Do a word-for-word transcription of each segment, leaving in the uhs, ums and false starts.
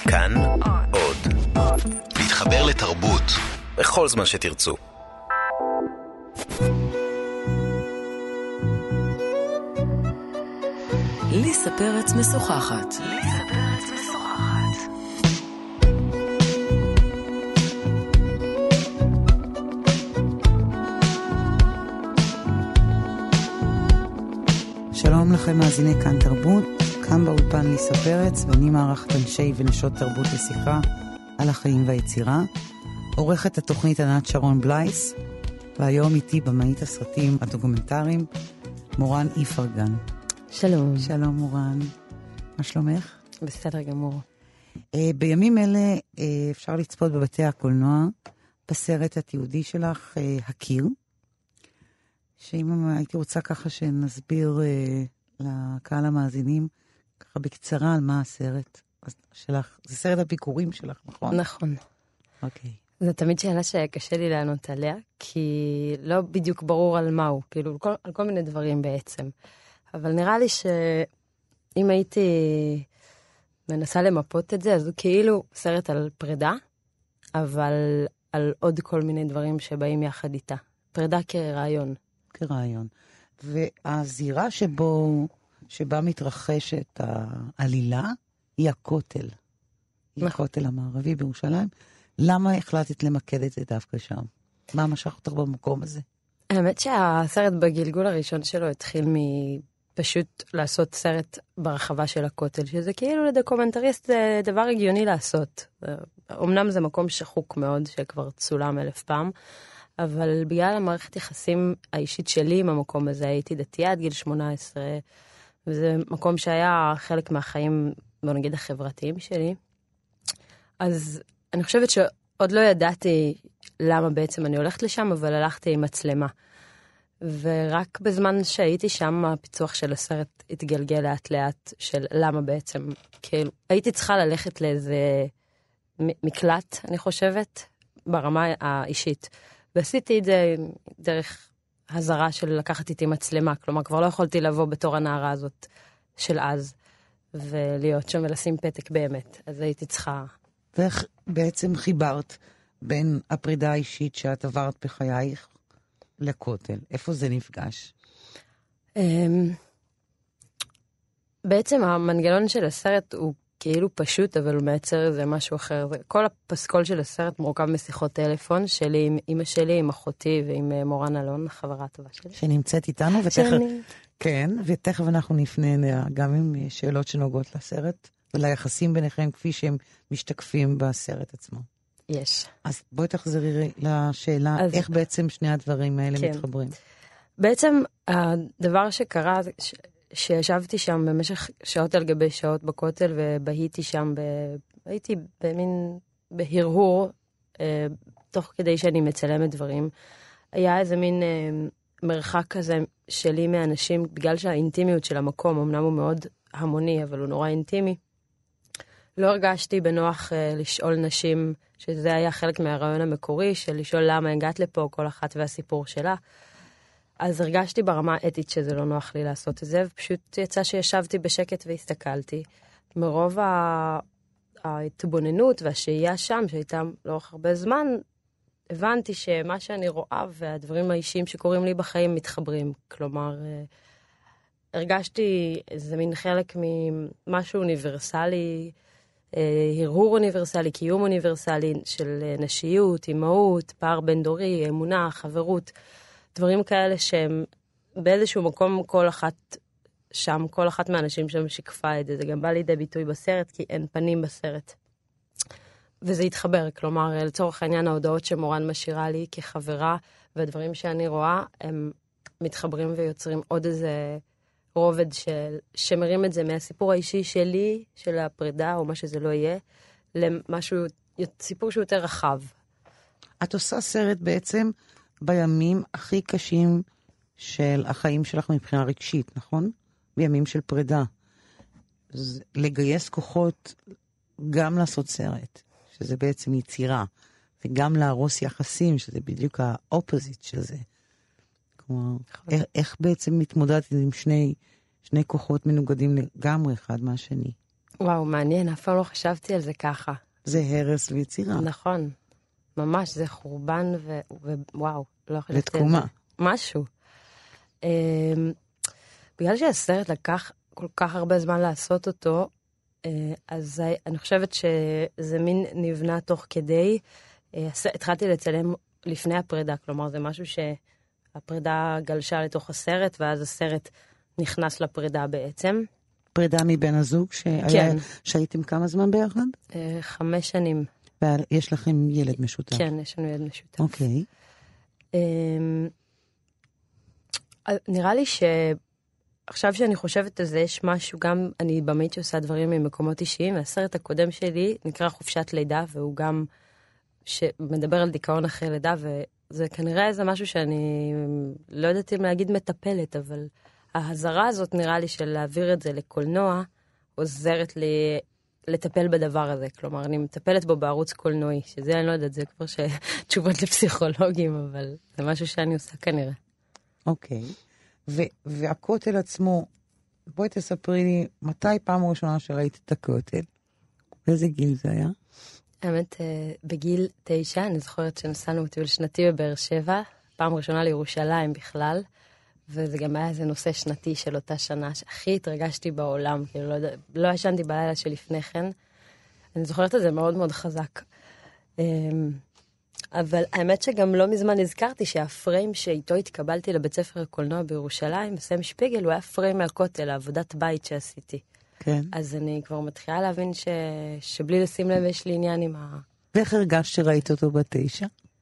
כאן עוד. להתחבר לתרבות בכל זמן שתרצו. ליסה פרץ משוחחת. ליסה פרץ משוחחת. שלום לכם מאזיני כאן תרבות, כאן באולפן ליסה פרץ, ואני מערכת אנשי ונשות תרבות לשיחה על החיים והיצירה. עורכת התוכנית ענת שרון בלייס, והיום איתי במאית הסרטים הדוקומנטריים, מורן איפרגן. שלום. שלום מורן, מה שלומך? בסדר גמור. Uh, בימים אלה uh, אפשר לצפות בבתי הקולנוע בסרט התיעודי שלך, uh, הקיר, שאם הייתי רוצה ככה שנסביר uh, לקהל המאזינים, ככה בקצרה על מה הסרט שלך. זה סרט הביקורים שלך, נכון? נכון. אוקיי. Okay. זו תמיד שאלה שקשה לי לענות עליה, כי לא בדיוק ברור על מה הוא, כאילו על כל, על כל מיני דברים בעצם. אבל נראה לי שאם הייתי מנסה למפות את זה, אז הוא כאילו סרט על פרידה, אבל על עוד כל מיני דברים שבאים יחד איתה. פרידה כרעיון. כרעיון. והזירה שבו, שבה מתרחשת העלילה, היא הכותל. היא הכותל המערבי בירושלים. למה החלטת למקד את זה דווקא שם? מה משך אותך במקום הזה? האמת שהסרט בגלגול הראשון שלו התחיל מפשוט לעשות סרט ברחבה של הכותל, שזה כאילו לדוקומנטריסט זה דבר הגיוני לעשות. אמנם זה מקום שחוק מאוד, שכבר צולם אלף פעם, אבל בגלל המערכת יחסים האישית שלי עם המקום הזה, הייתי דתייה עד גיל שמונה עשרה, וזה מקום שהיה חלק מהחיים, בוא נגיד, החברתיים שלי. אז אני חושבת שעוד לא ידעתי למה בעצם אני הולכת לשם, אבל הלכתי עם מצלמה. ורק בזמן שהייתי שם, הפיצוח של הסרט התגלגל לאט לאט של למה בעצם, כאילו, הייתי צריכה ללכת לאיזה מקלט, אני חושבת, ברמה האישית. ועשיתי את זה דרך הזרה של לקחת איתי מצלמה, כלומר, כבר לא יכולתי לבוא בתור הנערה הזאת של אז, ולהיות שם ולשים פתק באמת. אז הייתי צריכה... ואיך בעצם חיברת בין הפרידה האישית שאת עברת בחייך לכותל? איפה זה נפגש? בעצם המנגנון של הסרט הוא כאילו פשוט, אבל הוא מייצר איזה משהו אחר. כל הפסקול של הסרט מורכב משיחות טלפון שלי עם אמא שלי, עם אחותי ועם מורן אלון, החברה הטובה שלי. שנמצאת איתנו, ותכף, כן, ותכף אנחנו נפנה אליה גם עם שאלות שנוגעות לסרט, וליחסים ביניכם כפי שהם משתקפים בסרט עצמו. יש. אז בואי תחזרי לשאלה, אז... איך בעצם שני הדברים האלה כן. מתחברים? בעצם הדבר שקרה, ש... שישבתי שם במשך שעות על גבי שעות בכותל, ובהיתי שם, ב... הייתי במין בהרהור, אה, תוך כדי שאני מצלמת דברים. היה איזה מין אה, מרחק כזה שלי מאנשים, בגלל שהאינטימיות של המקום, אמנם הוא מאוד המוני, אבל הוא נורא אינטימי, לא הרגשתי בנוח uh, לשאול נשים, שזה היה חלק מהרעיון המקורי, של לשאול למה הגעת לפה, כל אחת והסיפור שלה. אז הרגשתי ברמה האתית שזה לא נוח לי לעשות את זה, ופשוט יצא שישבתי בשקט והסתכלתי. מרוב ההתבוננות והשהייה שם, שהייתה לאורך הרבה זמן, הבנתי שמה שאני רואה והדברים האישיים שקורים לי בחיים מתחברים. כלומר, הרגשתי איזה מין חלק ממשהו אוניברסלי, הרהור אוניברסלי, קיום אוניברסלי של נשיות, אימהות, פער בין דורי, אמונה, חברות, דברים כאלה שהם באיזשהו מקום כל אחת שם, כל אחת מהאנשים שם שיקפה את זה. זה גם בא לידי ביטוי בסרט, כי אין פנים בסרט. וזה התחבר, כלומר, לצורך העניין ההודעות שמורן משאירה לי כחברה, והדברים שאני רואה, הם מתחברים ויוצרים עוד איזה... רובד של, שמרים את זה מהסיפור האישי שלי, של הפרידה, או מה שזה לא יהיה, למשהו, סיפור שהוא יותר רחב. את עושה סרט בעצם בימים הכי קשים של החיים שלך מבחינה רגשית, נכון? בימים של פרידה. אז לגייס כוחות, גם לעשות סרט, שזה בעצם יצירה, וגם להרוס יחסים, שזה בדיוק האופוזיט של זה. כלומר, איך, איך בעצם מתמודדת עם שני, שני כוחות מנוגדים לגמרי אחד מהשני? וואו, מעניין, אף פעם לא חשבתי על זה ככה. זה הרס ויצירה. נכון, ממש, זה חורבן ו... ווואו, לא חשבתי על זה. לתקומה. משהו. Um, בגלל שהסרט לקח כל כך הרבה זמן לעשות אותו, uh, אז אני חושבת שזה מין נבנה תוך כדי. Uh, התחלתי לצלם לפני הפרידה, כלומר זה משהו שהפרידה גלשה לתוך הסרט, ואז הסרט נכנס לפרידה בעצם. פרידה מבן הזוג, שהיה, כן. שהייתם כמה זמן ביחד? Uh, חמש שנים. ויש לכם ילד משותף. כן, יש לנו ילד משותף. אוקיי. Um, נראה לי שעכשיו שאני חושבת על זה, יש משהו, גם אני במאית שעושה דברים ממקומות אישיים, והסרט הקודם שלי נקרא חופשת לידה, והוא גם שמדבר על דיכאון אחרי לידה, וזה כנראה איזה משהו שאני לא יודעת אם להגיד מטפלת, אבל ההזרה הזאת נראה לי של להעביר את זה לקולנוע, עוזרת לי לטפל בדבר הזה. כלומר, אני מטפלת בו בערוץ קולנועי, שזה אני לא יודעת, זה כבר תשובות לפסיכולוגים, אבל זה משהו שאני עושה כנראה. אוקיי. ו- והכותל עצמו, בואי תספרי לי, מתי פעם ראשונה שראית את הכותל? באיזה גיל זה היה? האמת, בגיל תשע, אני זוכרת שנסענו בטיול שנתי בבאר שבע, פעם ראשונה לירושלים בכלל, וזה גם היה איזה נושא שנתי של אותה שנה, שהכי התרגשתי בעולם, כאילו לא, יודע, לא ישנתי בלילה שלפני כן. אני זוכרת את זה מאוד מאוד חזק. אבל האמת שגם לא מזמן הזכרתי שהפריים שאיתו התקבלתי לבית ספר הקולנוע בירושלים, בסם שפיגל, הוא היה פריים מהכותל, העבודת בית שעשיתי. כן. אז אני כבר מתחילה להבין ש... שבלי לשים לב יש לי עניין עם ה... ואיך הרגשת שראית אותו בתשע?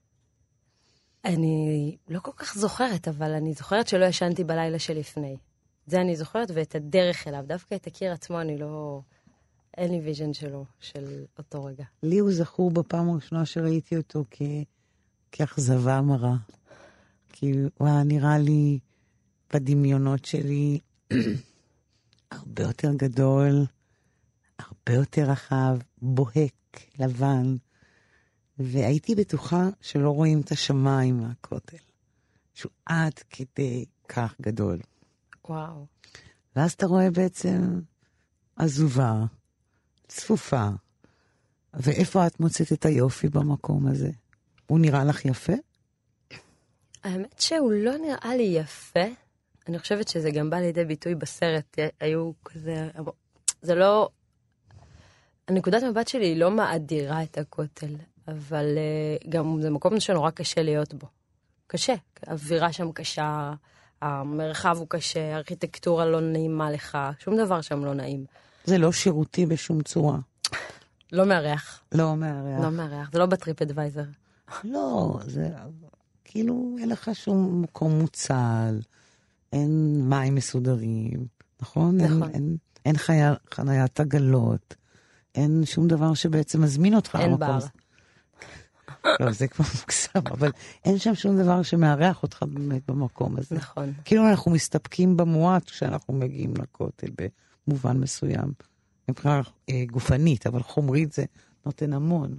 אני לא כל כך זוכרת, אבל אני זוכרת שלא ישנתי בלילה שלפני. זה אני זוכרת, ואת הדרך אליו, דווקא את הקיר עצמו, אני לא... אין לי ויז'ן שלו, של אותו רגע. לי הוא זכור בפעם הראשונה שראיתי אותו כ... כאכזבה מרה. כי הוא היה נראה לי בדמיונות שלי הרבה יותר גדול, הרבה יותר רחב, בוהק, לבן, והייתי בטוחה שלא רואים את השמיים מהכותל. שהוא עד כדי כך גדול. וואו. ואז אתה רואה בעצם עזובה, צפופה, ואיפה את מוצאת את היופי במקום הזה? הוא נראה לך יפה? האמת שהוא לא נראה לי יפה. אני חושבת שזה גם בא לידי ביטוי בסרט. היו כזה... זה לא... הנקודת המבט שלי היא לא מאדירה את הכותל, אבל uh, גם זה מקום שנורא קשה להיות בו. קשה. האווירה שם קשה, המרחב הוא קשה, הארכיטקטורה לא נעימה לך, שום דבר שם לא נעים. זה לא שירותי בשום צורה. לא מארח. לא מארח. לא מארח, זה לא בטריפ אדוויזר. לא, זה כאילו אין לך שום מקום מוצל, אין מים מסודרים, נכון? נכון. אין, אין, אין חיה, חניית עגלות, אין שום דבר שבעצם מזמין אותך. אין בר. לא, זה כבר מוקסם, אבל אין שם שום דבר שמארח אותך באמת במקום הזה. נכון. כאילו אנחנו מסתפקים במועט כשאנחנו מגיעים לכותל במובן מסוים. מבחינה אה, גופנית, אבל חומרית זה נותן המון.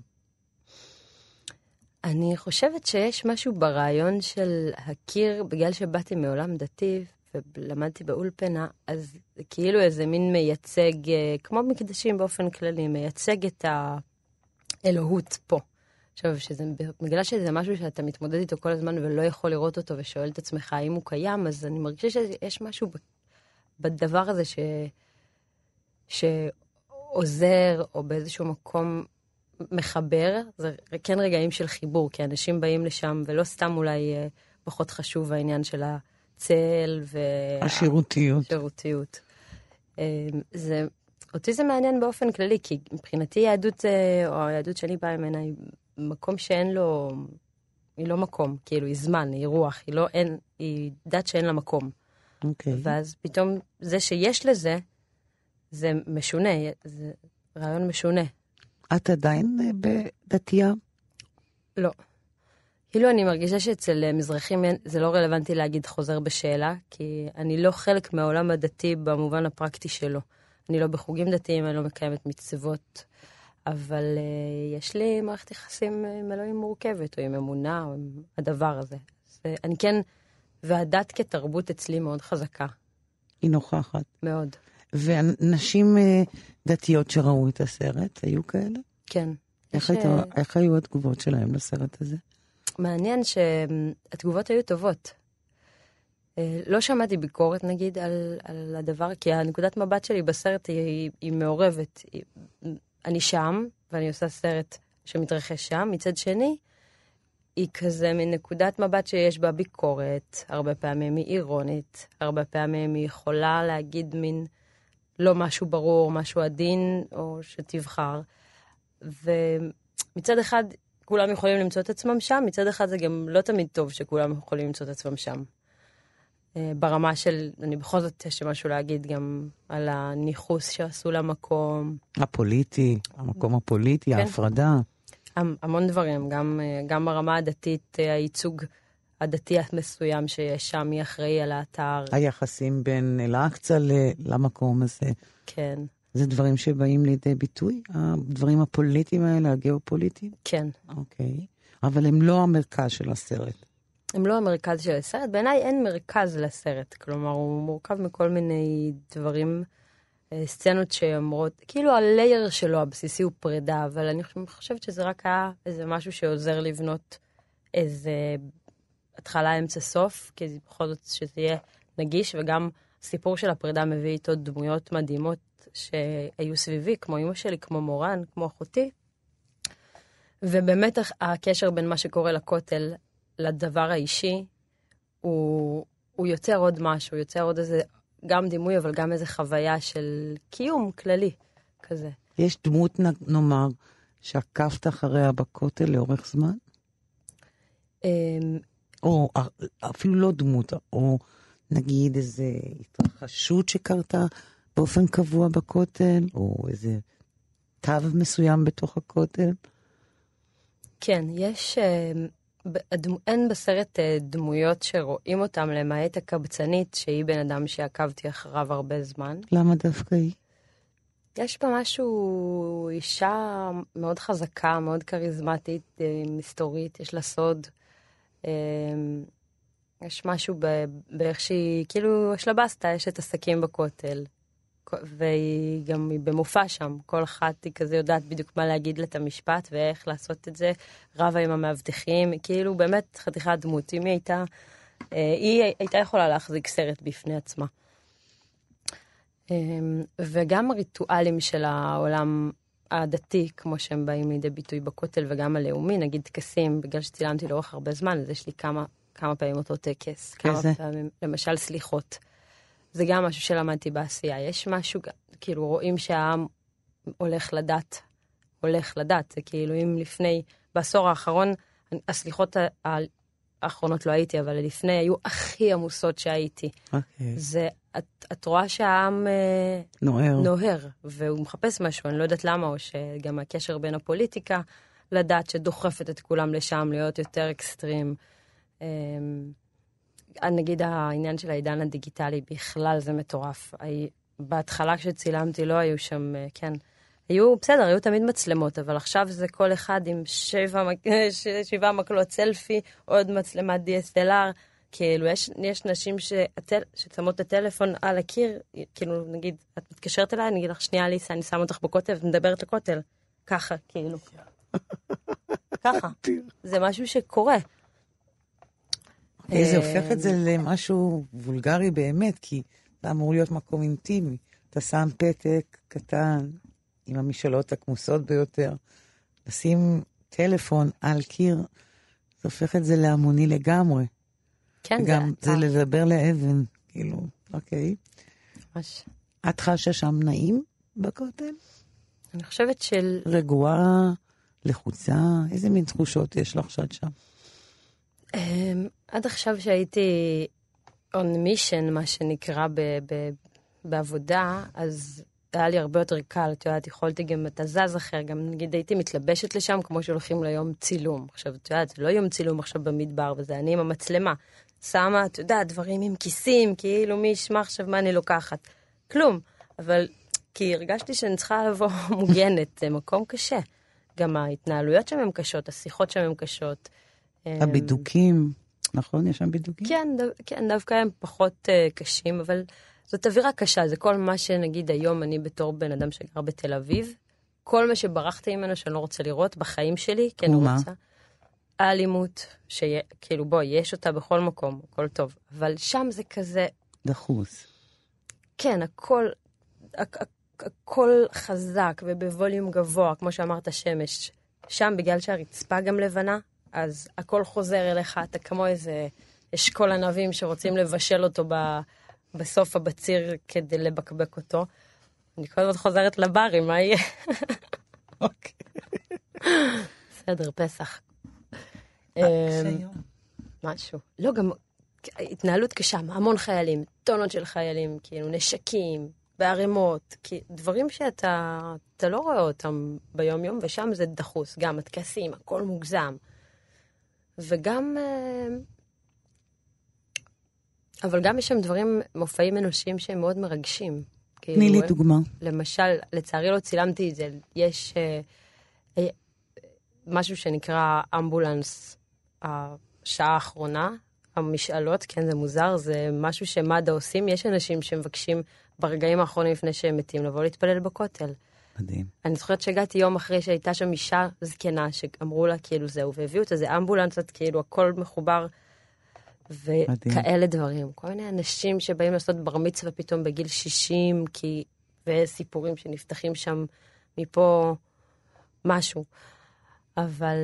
אני חושבת שיש משהו ברעיון של הכיר, בגלל שבאתי מעולם דתי ולמדתי באולפנה, אז זה כאילו איזה מין מייצג, כמו מקדשים באופן כללי, מייצג את האלוהות פה. עכשיו, שזה, בגלל שזה משהו שאתה מתמודד איתו כל הזמן ולא יכול לראות אותו ושואל את עצמך האם הוא קיים, אז אני מרגישה שיש משהו בדבר הזה ש... שעוזר או באיזשהו מקום מחבר, זה כן רגעים של חיבור, כי אנשים באים לשם ולא סתם אולי פחות חשוב העניין של הצל ו... השירותיות. השירותיות. זה, אותי זה מעניין באופן כללי, כי מבחינתי יהדות, או היהדות שאני באה ממנה, היא מקום שאין לו, היא לא מקום, כאילו היא זמן, היא רוח, היא לא, אין, היא דת שאין לה מקום. אוקיי. ואז פתאום זה שיש לזה, זה משונה, זה רעיון משונה. את עדיין בדתייה? לא. כאילו אני מרגישה שאצל מזרחים זה לא רלוונטי להגיד חוזר בשאלה, כי אני לא חלק מהעולם הדתי במובן הפרקטי שלו. אני לא בחוגים דתיים, אני לא מקיימת מצוות, אבל uh, יש לי מערכת יחסים עם אלוהים מורכבת, או עם אמונה, או עם הדבר הזה. זה, אני כן, והדת כתרבות אצלי מאוד חזקה. היא נוכחת. מאוד. ואנשים דתיות שראו את הסרט, היו כאלה? כן. איך, היית, איך היו התגובות שלהם לסרט הזה? מעניין שהתגובות היו טובות. לא שמעתי ביקורת, נגיד, על, על הדבר, כי הנקודת מבט שלי בסרט היא, היא מעורבת. היא, אני שם, ואני עושה סרט שמתרחש שם. מצד שני, היא כזה מנקודת מבט שיש בה ביקורת. הרבה פעמים היא אירונית, הרבה פעמים היא יכולה להגיד מין לא משהו ברור, משהו עדין, או שתבחר. ומצד אחד, כולם יכולים למצוא את עצמם שם, מצד אחד זה גם לא תמיד טוב שכולם יכולים למצוא את עצמם שם. ברמה של, אני בכל זאת יש משהו להגיד גם על הניחוס שעשו למקום. הפוליטי, המקום הפוליטי, כן. ההפרדה. המון דברים, גם, גם ברמה הדתית, הייצוג הדתי המסוים שיש שם, מי אחראי על האתר. היחסים בין אל-אקצה למקום הזה. כן. זה דברים שבאים לידי ביטוי? הדברים הפוליטיים האלה, הגיאופוליטיים? כן. אוקיי. אבל הם לא המרכז של הסרט. הם לא המרכז של הסרט. בעיניי אין מרכז לסרט. כלומר, הוא מורכב מכל מיני דברים, סצנות שאומרות, כאילו הלייר שלו הבסיסי הוא פרידה, אבל אני חושבת שזה רק היה איזה משהו שעוזר לבנות איזה התחלה, אמצע, סוף, כי בכל זאת שזה יהיה נגיש, וגם הסיפור של הפרידה מביא איתו דמויות מדהימות שהיו סביבי, כמו אמא שלי, כמו מורן, כמו אחותי. ובאמת הקשר בין מה שקורה לכותל לדבר האישי, הוא, הוא יוצר עוד משהו, יוצר עוד איזה, גם דימוי, אבל גם איזה חוויה של קיום כללי, כזה. יש דמות, נאמר, שעקבת אחריה בכותל לאורך זמן? או אפילו לא דמות, או נגיד איזה התרחשות שקרתה באופן קבוע בכותל, או איזה תו מסוים בתוך הכותל? כן, יש... אין בסרט דמויות שרואים אותם, למעט הקבצנית, שהיא בן אדם שעקבתי אחריו הרבה זמן. למה דווקא היא? יש בה משהו, אישה מאוד חזקה, מאוד קריזמטית, מסתורית, יש לה סוד. יש משהו באיך שהיא, כאילו, יש לה בסטה, יש את עסקים בכותל. והיא גם במופע שם, כל אחת היא כזה יודעת בדיוק מה להגיד לה את המשפט ואיך לעשות את זה, רבה עם המאבטחים, כאילו באמת חתיכת דמות, אם היא הייתה, היא הייתה יכולה להחזיק סרט בפני עצמה. וגם הריטואלים של העולם הדתי, כמו שהם באים לידי ביטוי בכותל וגם הלאומי, נגיד טקסים, בגלל שצילמתי לאורך הרבה זמן, אז יש לי כמה, כמה פעמים אותו טקס, כמה פעמים, למשל סליחות. זה גם משהו שלמדתי בעשייה. יש משהו, כאילו רואים שהעם הולך לדת, הולך לדת. זה כאילו אם לפני, בעשור האחרון, הסליחות האחרונות לא הייתי, אבל לפני היו הכי עמוסות שהייתי. אוקיי. זה, את, את רואה שהעם נוהר. נוהר, והוא מחפש משהו, אני לא יודעת למה, או שגם הקשר בין הפוליטיקה לדת שדוחפת את כולם לשם, להיות יותר אקסטרים. נגיד העניין של העידן הדיגיטלי בכלל זה מטורף. בהתחלה כשצילמתי לא היו שם, כן, היו, בסדר, היו תמיד מצלמות, אבל עכשיו זה כל אחד עם שבע, שבע מקלות סלפי, עוד מצלמת די אס אל אר, כאילו יש, יש נשים שהטל, ששמות את הטלפון על הקיר, כאילו נגיד, את מתקשרת אליי, אני אגיד לך, שנייה ליסה, אני שם אותך בכותל, ומדברת לכותל, ככה, כאילו. ככה. זה משהו שקורה. זה הופך את זה למשהו וולגרי באמת, כי זה אמור להיות מקום אינטימי. אתה שם פתק קטן עם המשאלות הכמוסות ביותר, לשים טלפון על קיר, זה הופך את זה להמוני לגמרי. כן, גם זה לדבר לאבן, כאילו, אוקיי. ממש. את חשה שם נעים בכותל? אני חושבת של... רגועה, לחוצה, איזה מין תחושות יש לך שאת שם? עד עכשיו שהייתי on mission, מה שנקרא ב- ב- בעבודה, אז היה לי הרבה יותר קל, את יודעת, יכולתי גם את הזז אחר, גם נגיד הייתי מתלבשת לשם כמו שהולכים ליום צילום. עכשיו, את יודעת, זה לא יום צילום עכשיו במדבר, וזה אני עם המצלמה. שמה, את יודעת, דברים עם כיסים, כאילו מי ישמע עכשיו מה אני לוקחת. כלום. אבל כי הרגשתי שאני צריכה לבוא מוגנת, זה מקום קשה. גם ההתנהלויות שם הן קשות, השיחות שם הן קשות. הבידוקים, נכון? יש שם בידוקים? כן, דו, כן דווקא הם פחות uh, קשים, אבל זאת אווירה קשה, זה כל מה שנגיד היום אני בתור בן אדם שגר בתל אביב, כל מה שברחתי ממנו שאני לא רוצה לראות בחיים שלי, כי אני רוצה. האלימות, שכאילו בוא, יש אותה בכל מקום, הכל טוב, אבל שם זה כזה... דחוס. כן, הכל, הכל חזק ובווליום גבוה, כמו שאמרת, שמש. שם, בגלל שהרצפה גם לבנה, אז הכל חוזר אליך, אתה כמו איזה אשכול ענבים שרוצים לבשל אותו ב, בסוף הבציר כדי לבקבק אותו. אני כל הזמן חוזרת לברים, מה יהיה? אוקיי. בסדר, פסח. שיום. משהו. לא, גם התנהלות קשה, המון חיילים, טונות של חיילים, כאילו נשקים, בערימות, דברים שאתה אתה לא רואה אותם ביום יום, ושם זה דחוס, גם התקסים, הכל מוגזם. וגם, אבל גם יש שם דברים, מופעים אנושיים שהם מאוד מרגשים. תני לי דוגמה. למשל, לצערי לא צילמתי את זה, יש אה, משהו שנקרא אמבולנס, השעה האחרונה, המשאלות, כן, זה מוזר, זה משהו שמד"א עושים, יש אנשים שמבקשים ברגעים האחרונים לפני שהם מתים, לבוא להתפלל בכותל. מדהים. אני זוכרת שהגעתי יום אחרי שהייתה שם אישה זקנה, שאמרו לה כאילו זהו, והביאו את זה אמבולנסות, כאילו הכל מחובר, וכאלה דברים. כל מיני אנשים שבאים לעשות בר מצווה פתאום בגיל שישים, כי, וסיפורים שנפתחים שם מפה משהו. אבל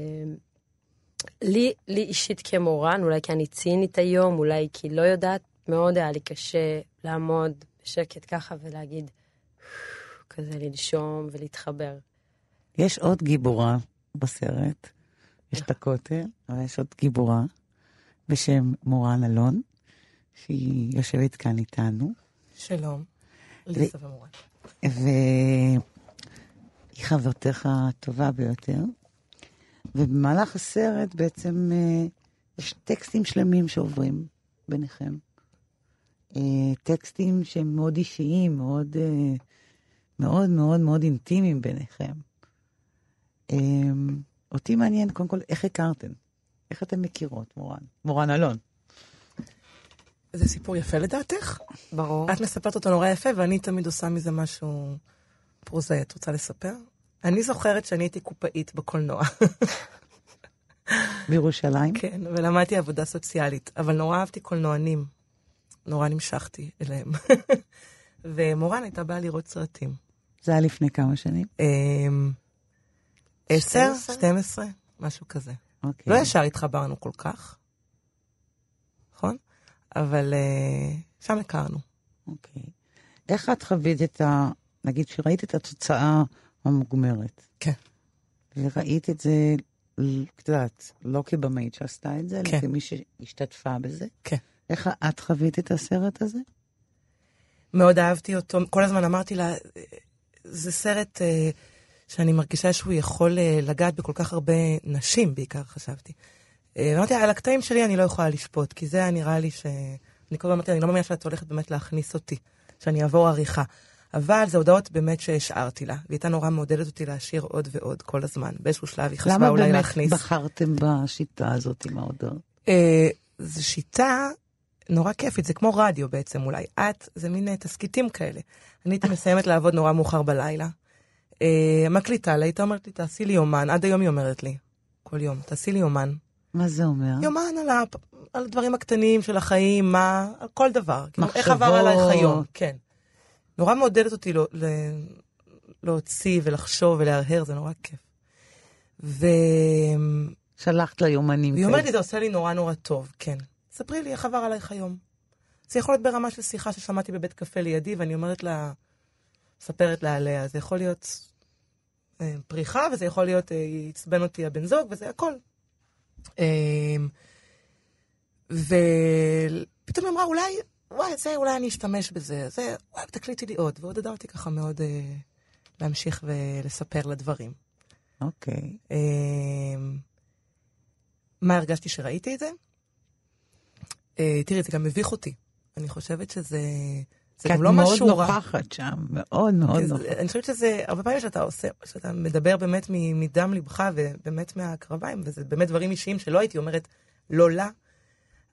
לי, לי אישית כמורן, אולי כי אני צינית היום, אולי כי לא יודעת, מאוד היה לי קשה לעמוד בשקט ככה ולהגיד, כזה לנשום ולהתחבר. יש עוד גיבורה בסרט, יש את הכותל, אבל יש עוד גיבורה בשם מורן אלון, שהיא יושבת כאן איתנו. שלום, ליסה ומורן. והיא חברתך הטובה ביותר, ובמהלך הסרט בעצם יש טקסטים שלמים שעוברים ביניכם. טקסטים שהם מאוד אישיים, מאוד... מאוד מאוד מאוד אינטימיים ביניכם. אותי מעניין, קודם כל, איך הכרתם? איך אתם מכירות, מורן? מורן אלון. זה סיפור יפה לדעתך? ברור. את מספרת אותו נורא יפה, ואני תמיד עושה מזה משהו פרוזאי. את רוצה לספר? אני זוכרת שאני הייתי קופאית בקולנוע. בירושלים? כן, ולמדתי עבודה סוציאלית, אבל נורא אהבתי קולנוענים. נורא נמשכתי אליהם. ומורן הייתה באה לראות סרטים. זה היה לפני כמה שנים? עשר, שתים עשרה, משהו כזה. אוקיי. לא ישר התחברנו כל כך, נכון? אבל שם הכרנו. אוקיי. איך את חווית את ה... נגיד שראית את התוצאה המוגמרת. כן. וראית את זה, את יודעת, לא כבמאית שעשתה את זה, כן. אלא כמי שהשתתפה בזה. כן. איך את חווית את הסרט הזה? מאוד אהבתי אותו, כל הזמן אמרתי לה, זה סרט אה, שאני מרגישה שהוא יכול אה, לגעת בכל כך הרבה נשים, בעיקר חשבתי. אה, אמרתי, על הקטעים שלי אני לא יכולה לשפוט, כי זה נראה לי ש... אני כל הזמן אמרתי, אני לא מאמינה שאת הולכת באמת להכניס אותי, שאני אעבור עריכה. אבל זה הודעות באמת שהשארתי לה, והיא הייתה נורא מעודדת אותי להשאיר עוד ועוד כל הזמן. באיזשהו שלב היא חשבה אולי להכניס. למה באמת בחרתם בשיטה הזאת עם ההודעות? אה, זו שיטה... נורא כיפית, זה כמו רדיו בעצם אולי. את, זה מין תסקיטים כאלה. אני הייתי מסיימת לעבוד נורא מאוחר בלילה. אה, מקליטה לה, הייתה אומרת לי, תעשי לי יומן. עד היום היא אומרת לי, כל יום, תעשי לי יומן. מה זה אומר? יומן על, ה, על הדברים הקטנים של החיים, מה, על כל דבר. מחשבות. איך עבר עלייך היום, כן. נורא מעודדת אותי לא, ל, להוציא ולחשוב ולהרהר, זה נורא כיף. ו... שלחת ליומנים. היא אומרת לי, זה עושה לי נורא נורא טוב, כן. ספרי לי איך עבר עלייך היום. זה יכול להיות ברמה של שיחה ששמעתי בבית קפה לידי, ואני אומרת לה, ספרת לה עליה, זה יכול להיות אה, פריחה, וזה יכול להיות, אה, יצבן אותי הבן זוג, וזה הכל. אה, ופתאום היא אמרה, אולי, וואי, זה, אולי אני אשתמש בזה, זה, וואי, תקליטי לי עוד, ועודדה אותי ככה מאוד אה, להמשיך ולספר לדברים. אוקיי. אה, מה הרגשתי שראיתי את זה? תראי, זה גם מביך אותי. אני חושבת שזה... זה גם לא משהו רע. כי את מאוד נוכחת שם, מאוד מאוד נוכחת. אני חושבת שזה, הרבה פעמים שאתה עושה, שאתה מדבר באמת מדם לבך, ובאמת מהקרביים, וזה באמת דברים אישיים שלא הייתי אומרת לא לה,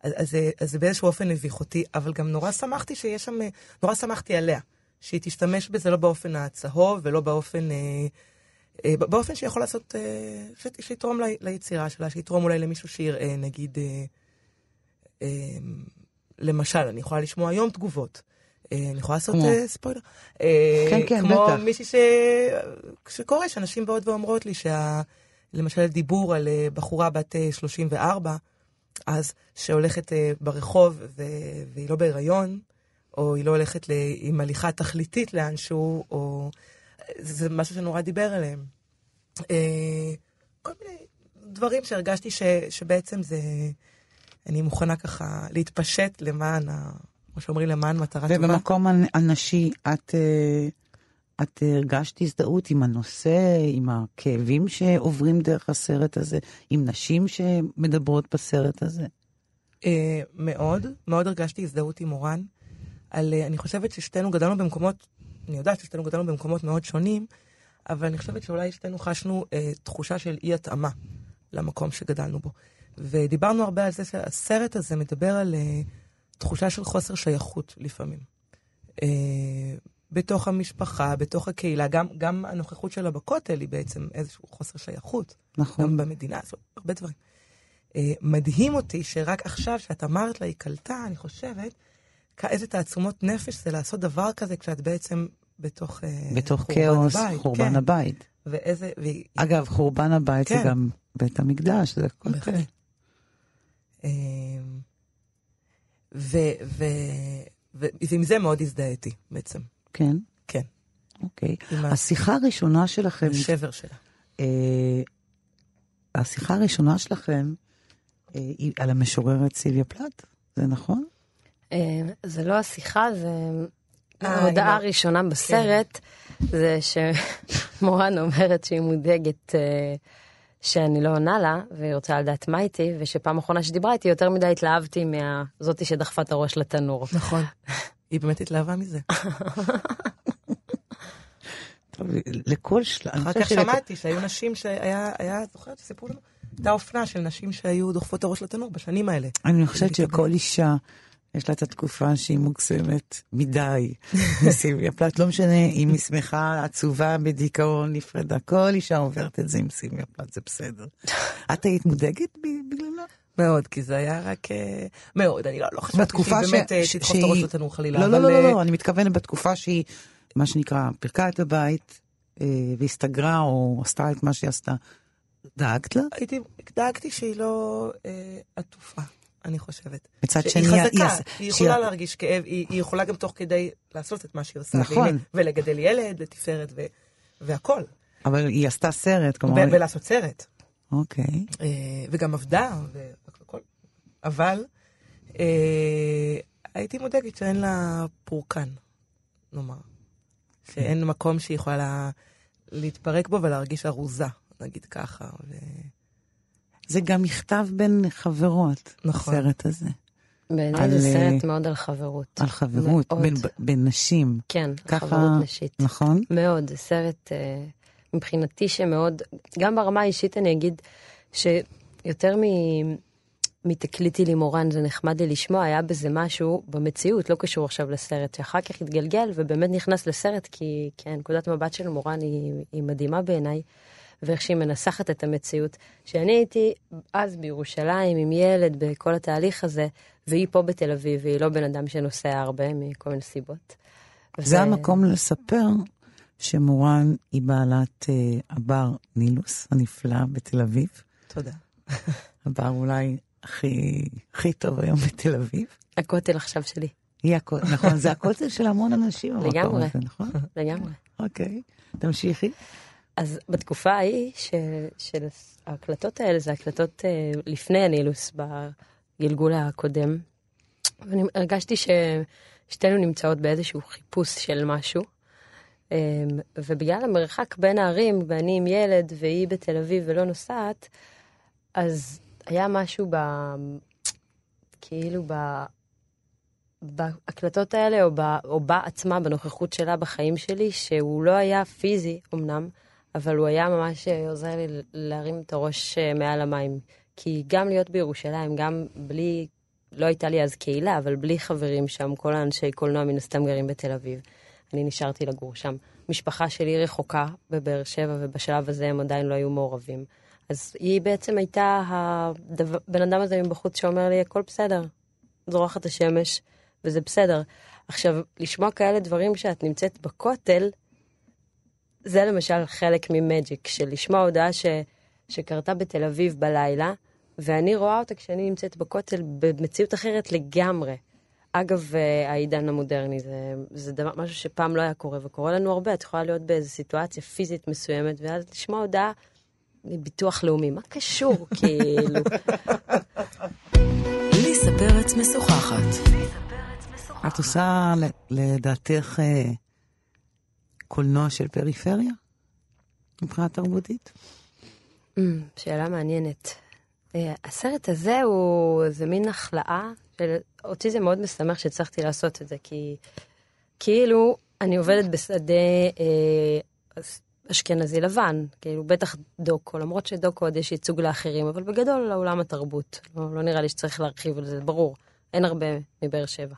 אז, אז, אז זה באיזשהו אופן הביך אותי, אבל גם נורא שמחתי שיש שם, נורא שמחתי עליה, שהיא תשתמש בזה לא באופן הצהוב, ולא באופן, אה, אה, באופן שיכול לעשות, אה, ש, שיתרום ל, ליצירה שלה, שיתרום אולי למישהו שיראה, נגיד, אה, אה, למשל, אני יכולה לשמוע היום תגובות, אה, אני יכולה לעשות אה, ספוילר, אה, כן, כן, כמו בטח. מישהי ש, שקורא, שאנשים באות ואומרות לי, שה, למשל דיבור על אה, בחורה בת אה, שלושים וארבע, אז שהולכת uh, ברחוב ו- והיא לא בהיריון, או היא לא הולכת ל- עם הליכה תכליתית לאנשהו, או זה, זה משהו שנורא דיבר עליהם. Uh, כל מיני דברים שהרגשתי ש- שבעצם זה, אני מוכנה ככה להתפשט למען, ה- כמו שאומרים, למען מטרה טובה. ובמקום הנשי, את, את הרגשת הזדהות עם הנושא, עם הכאבים שעוברים דרך הסרט הזה, עם נשים שמדברות בסרט הזה? Uh, מאוד, מאוד הרגשתי הזדהות עם מורן. על, uh, אני חושבת ששתינו גדלנו במקומות, אני יודעת ששתינו גדלנו במקומות מאוד שונים, אבל אני חושבת שאולי שתינו חשנו uh, תחושה של אי התאמה למקום שגדלנו בו. ודיברנו הרבה על זה שהסרט הזה מדבר על uh, תחושה של חוסר שייכות לפעמים. Uh, בתוך המשפחה, בתוך הקהילה, גם, גם הנוכחות שלה בכותל היא בעצם איזשהו חוסר שייכות. נכון. גם במדינה, זאת הרבה דברים. Uh, מדהים אותי שרק עכשיו שאת אמרת לה, היא קלטה, אני חושבת, איזה תעצומות נפש זה לעשות דבר כזה כשאת בעצם בתוך, uh, בתוך כאוס, הבית. חורבן כן. הבית. ואיזה... ו... אגב, חורבן הבית כן. זה גם בית המקדש, זה הכל בהחלט. כזה. Uh, ו... ו... ו... ועם זה מאוד הזדהיתי בעצם. כן? כן. אוקיי. עם השיחה הראשונה שלכם... השבר שלה. אה, השיחה הראשונה שלכם אה, היא על המשוררת סילביה פלאט, זה נכון? אה, זה לא השיחה, זה אה, ההודעה עם ה- הראשונה בסרט, זה שמורן אומרת שהיא מודאגת אה, שאני לא עונה לה, והיא רוצה לדעת מה איתי, ושפעם אחרונה שדיברה איתי יותר מדי התלהבתי מהזאתי שדחפה את הראש לתנור. נכון. היא באמת התלהבה מזה. טוב, לכל שלב. אחר כך שמעתי שהיו נשים שהיה, היה, זוכרת שסיפרו לנו, הייתה אופנה של נשים שהיו דוחפות את הראש לתנור בשנים האלה. אני חושבת שכל אישה, יש לה את התקופה שהיא מוקסמת מדי. סילביה פלאט, לא משנה אם היא שמחה, עצובה, בדיכאון, נפרדה. כל אישה עוברת את זה עם סילביה פלאט, זה בסדר. את היית מודאגת בגללה? מאוד, כי זה היה רק... מאוד, אני לא, לא חשבתי שהיא באמת תדחוף את הראש לתנור חלילה. לא, אבל... לא, לא, לא, אני מתכוונת בתקופה שהיא, מה שנקרא, פרקה את הבית, והסתגרה או עשתה את מה שהיא עשתה. דאגת לה? הייתי, דאגתי שהיא לא אה, עטופה, אני חושבת. מצד שהיא שני, חזקה, היא- היא יכולה שהיא- להרגיש כאב, היא, היא יכולה גם תוך כדי לעשות את מה שהיא עושה. נכון. והנה, ולגדל ילד, לתפארת ו, והכל. אבל היא עשתה סרט, ו, כלומר... ולעשות סרט. אוקיי. אה, וגם עבדה, והכל. אבל אה, הייתי מודאגת שאין לה פורקן, נאמר. שאין מקום שהיא יכולה לה, להתפרק בו ולהרגיש ארוזה, נגיד ככה. ו... זה גם מכתב בין חברות, נכון. הסרט הזה. בעיניי על, זה סרט אה, מאוד על חברות. על חברות, מאוד. בין, בין נשים. כן, ככה, חברות נשית. נכון? מאוד, זה סרט אה, מבחינתי שמאוד, גם ברמה האישית אני אגיד שיותר מ... מתקליטי לי מורן, זה נחמד לי לשמוע, היה בזה משהו במציאות, לא קשור עכשיו לסרט, שאחר כך התגלגל ובאמת נכנס לסרט, כי כן, נקודת מבט של מורן היא, היא מדהימה בעיניי, ואיך שהיא מנסחת את המציאות. שאני הייתי אז בירושלים עם ילד בכל התהליך הזה, והיא פה בתל אביב, והיא לא בן אדם שנוסע הרבה מכל מיני סיבות. זה ו... המקום לספר שמורן היא בעלת אה, הבר נילוס הנפלא בתל אביב. תודה. הבר אולי הכי, הכי טוב היום בתל אביב. הכותל עכשיו שלי. היא הכ... נכון, זה הכותל של המון אנשים. המקום לגמרי. הזה, נכון? לגמרי. אוקיי, תמשיכי. אז בתקופה ההיא של, של ההקלטות האלה, זה הקלטות אה, לפני הנילוס בגלגול הקודם. ואני הרגשתי ששתינו נמצאות באיזשהו חיפוש של משהו. אה, ובגלל המרחק בין הערים, ואני עם ילד והיא בתל אביב ולא נוסעת, אז היה משהו ב... כאילו ב... בהקלטות האלה, או, ב... או בה עצמה, בנוכחות שלה בחיים שלי, שהוא לא היה פיזי אמנם, אבל הוא היה ממש עוזר לי להרים את הראש מעל המים. כי גם להיות בירושלים, גם בלי לא הייתה לי אז קהילה, אבל בלי חברים שם, כל האנשי קולנוע מן הסתם גרים בתל אביב. אני נשארתי לגור שם. משפחה שלי רחוקה בבאר שבע, ובשלב הזה הם עדיין לא היו מעורבים. אז היא בעצם הייתה הדבר, בן אדם הזה מבחוץ שאומר לי, הכל בסדר, זורחת השמש, וזה בסדר. עכשיו, לשמוע כאלה דברים שאת נמצאת בכותל, זה למשל חלק ממג'יק, של לשמוע הודעה ש, שקרתה בתל אביב בלילה, ואני רואה אותה כשאני נמצאת בכותל במציאות אחרת לגמרי. אגב, העידן המודרני, זה, זה דבר, משהו שפעם לא היה קורה, וקורה לנו הרבה, את יכולה להיות באיזו סיטואציה פיזית מסוימת, ואז לשמוע הודעה מביטוח לאומי, מה קשור, כאילו? ליסה פרץ משוחחת. את עושה לדעתך קולנוע של פריפריה? מבחינה תרבותית? שאלה מעניינת. הסרט הזה הוא, זה מין החלאה, אותי זה מאוד משמח שהצלחתי לעשות את זה, כי כאילו אני עובדת בשדה אשכנזי לבן, כאילו בטח דוקו, למרות שדוקו עוד יש ייצוג לאחרים, אבל בגדול לעולם התרבות, לא, לא נראה לי שצריך להרחיב על זה, ברור, אין הרבה מבאר שבע.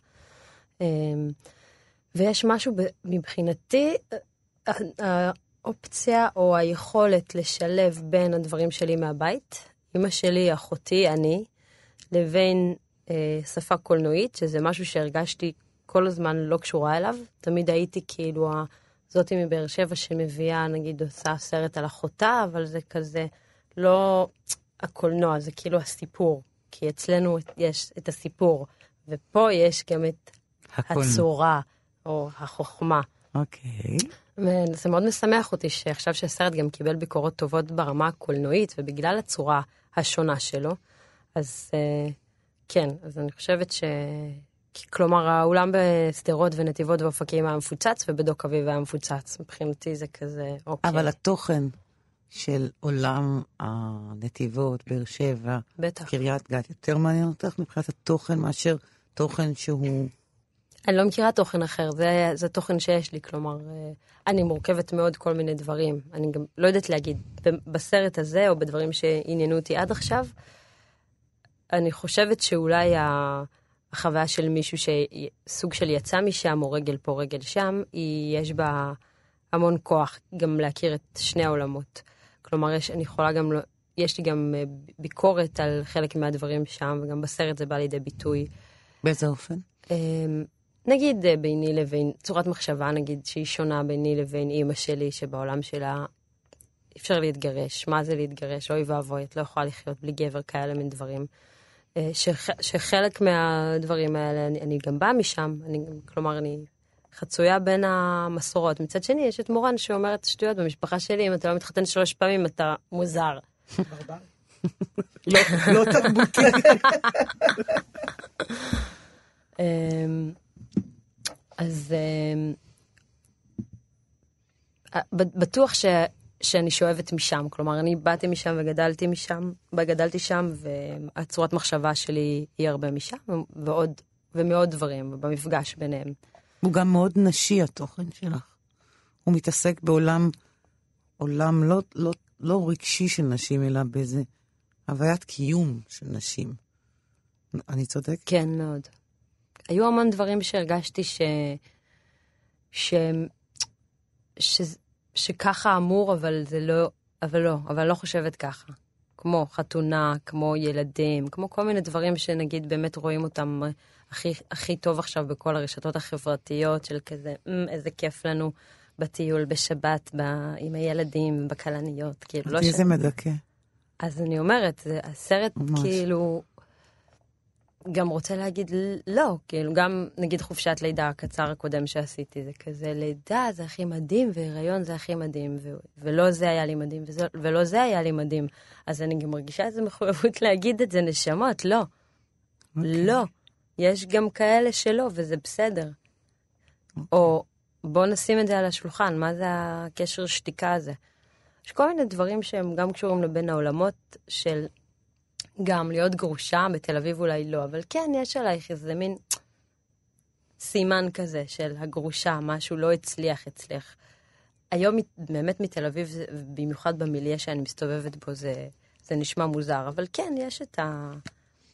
ויש משהו מבחינתי, האופציה או היכולת לשלב בין הדברים שלי מהבית, אמא שלי, אחותי, אני, לבין אה, שפה קולנועית, שזה משהו שהרגשתי כל הזמן לא קשורה אליו. תמיד הייתי כאילו זאתי מבאר שבע שמביאה, נגיד, עושה סרט על אחותה, אבל זה כזה לא הקולנוע, זה כאילו הסיפור. כי אצלנו יש את הסיפור, ופה יש גם את הקולנוע. הצורה או החוכמה. אוקיי. זה מאוד משמח אותי שעכשיו שהסרט גם קיבל ביקורות טובות ברמה הקולנועית, ובגלל הצורה השונה שלו, אז כן, אז אני חושבת ש... כלומר, האולם בסדרות ונתיבות ואופקים היה מפוצץ, ובדוק אביב היה מפוצץ. מבחינתי זה כזה, אוקיי. אבל התוכן של עולם הנתיבות, באר שבע, בטח. קריית גת, יותר מעניין אותך מבחינת התוכן מאשר תוכן שהוא... אני לא מכירה תוכן אחר, זה, זה תוכן שיש לי, כלומר, אני מורכבת מאוד כל מיני דברים. אני גם לא יודעת להגיד, בסרט הזה, או בדברים שעניינו אותי עד עכשיו, אני חושבת שאולי החוויה של מישהו שסוג של יצא משם, או רגל פה, רגל שם, היא, יש בה המון כוח גם להכיר את שני העולמות. כלומר, יש, אני יכולה גם, יש לי גם ביקורת על חלק מהדברים שם, וגם בסרט זה בא לידי ביטוי. באיזה אופן? נגיד ביני לבין, צורת מחשבה נגיד שהיא שונה ביני לבין אימא שלי, שבעולם שלה אפשר להתגרש. מה זה להתגרש? אוי ואבוי, את לא יכולה לחיות בלי גבר, כאלה מן דברים. שח, שחלק מהדברים האלה, אני, אני גם באה משם, אני, כלומר אני חצויה בין המסורות. מצד שני, יש את מורן שאומרת שטויות במשפחה שלי, אם אתה לא מתחתן שלוש פעמים, אתה מוזר. ברבר. לא תרבותי. אז בטוח ש, שאני שואבת משם, כלומר אני באתי משם וגדלתי משם, גדלתי שם, והצורת מחשבה שלי היא הרבה משם, ועוד, ומעוד דברים, במפגש ביניהם. הוא גם מאוד נשי התוכן שלך. הוא מתעסק בעולם, עולם לא, לא, לא רגשי של נשים, אלא באיזה הוויית קיום של נשים. אני צודק? כן, מאוד. היו המון דברים שהרגשתי ש... ש... ש... שככה אמור, אבל זה לא, אבל לא, אבל אני לא חושבת ככה. כמו חתונה, כמו ילדים, כמו כל מיני דברים שנגיד באמת רואים אותם הכי, הכי טוב עכשיו בכל הרשתות החברתיות של כזה, איזה כיף לנו בטיול בשבת, ב... עם הילדים, בקלניות, כאילו לא ש... איזה מדכא. אז אני אומרת, זה הסרט ממש. כאילו... גם רוצה להגיד לא, כאילו גם נגיד חופשת לידה הקצר הקודם שעשיתי, זה כזה לידה זה הכי מדהים, והיריון זה הכי מדהים, ו- ולא זה היה לי מדהים, וזה, ולא זה היה לי מדהים. אז אני גם מרגישה איזו מחויבות להגיד את זה, נשמות, לא. Okay. לא. יש גם כאלה שלא, וזה בסדר. Okay. או בוא נשים את זה על השולחן, מה זה הקשר שתיקה הזה? יש כל מיני דברים שהם גם קשורים לבין העולמות של... גם להיות גרושה, בתל אביב אולי לא, אבל כן, יש עלייך איזה מין סימן כזה של הגרושה, משהו לא הצליח אצלך. היום באמת מתל אביב, במיוחד במיליה שאני מסתובבת בו, זה, זה נשמע מוזר, אבל כן, יש את ה... יש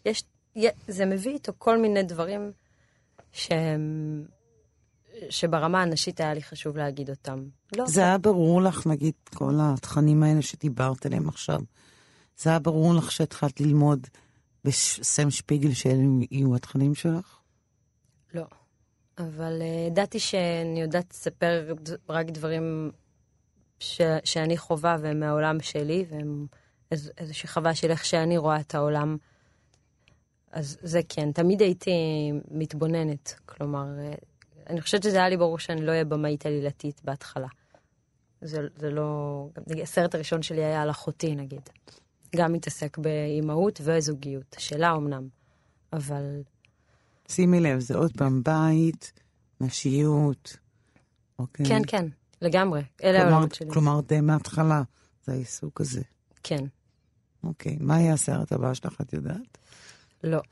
זה מביא איתו כל מיני דברים שהם, שברמה הנשית היה לי חשוב להגיד אותם. לא, זה היה ברור לך, נגיד, כל התכנים האלה שדיברת עליהם עכשיו, זה היה ברור לך שהתחלת ללמוד בסם שפיגל שאלה יהיו התכנים שלך? לא. אבל ידעתי שאני יודעת לספר רק דברים ש, שאני חובה והם מהעולם שלי, והם איז, איזושהי חווה של איך שאני רואה את העולם. אז זה כן, תמיד הייתי מתבוננת. כלומר, אני חושבת שזה היה לי ברור שאני לא אהיה במאית עלילתית בהתחלה. זה, זה לא... הסרט הראשון שלי היה על אחותי, נגיד. גם מתעסק באימהות וזוגיות. השאלה אומנם, אבל... שימי לב, זה עוד פעם בית, נשיות, אוקיי? כן, כן, לגמרי. אלה העולמות שלי. כלומר, די מההתחלה, זה העיסוק הזה. כן. אוקיי, מה יהיה הסרט הבא שלך, את יודעת? לא.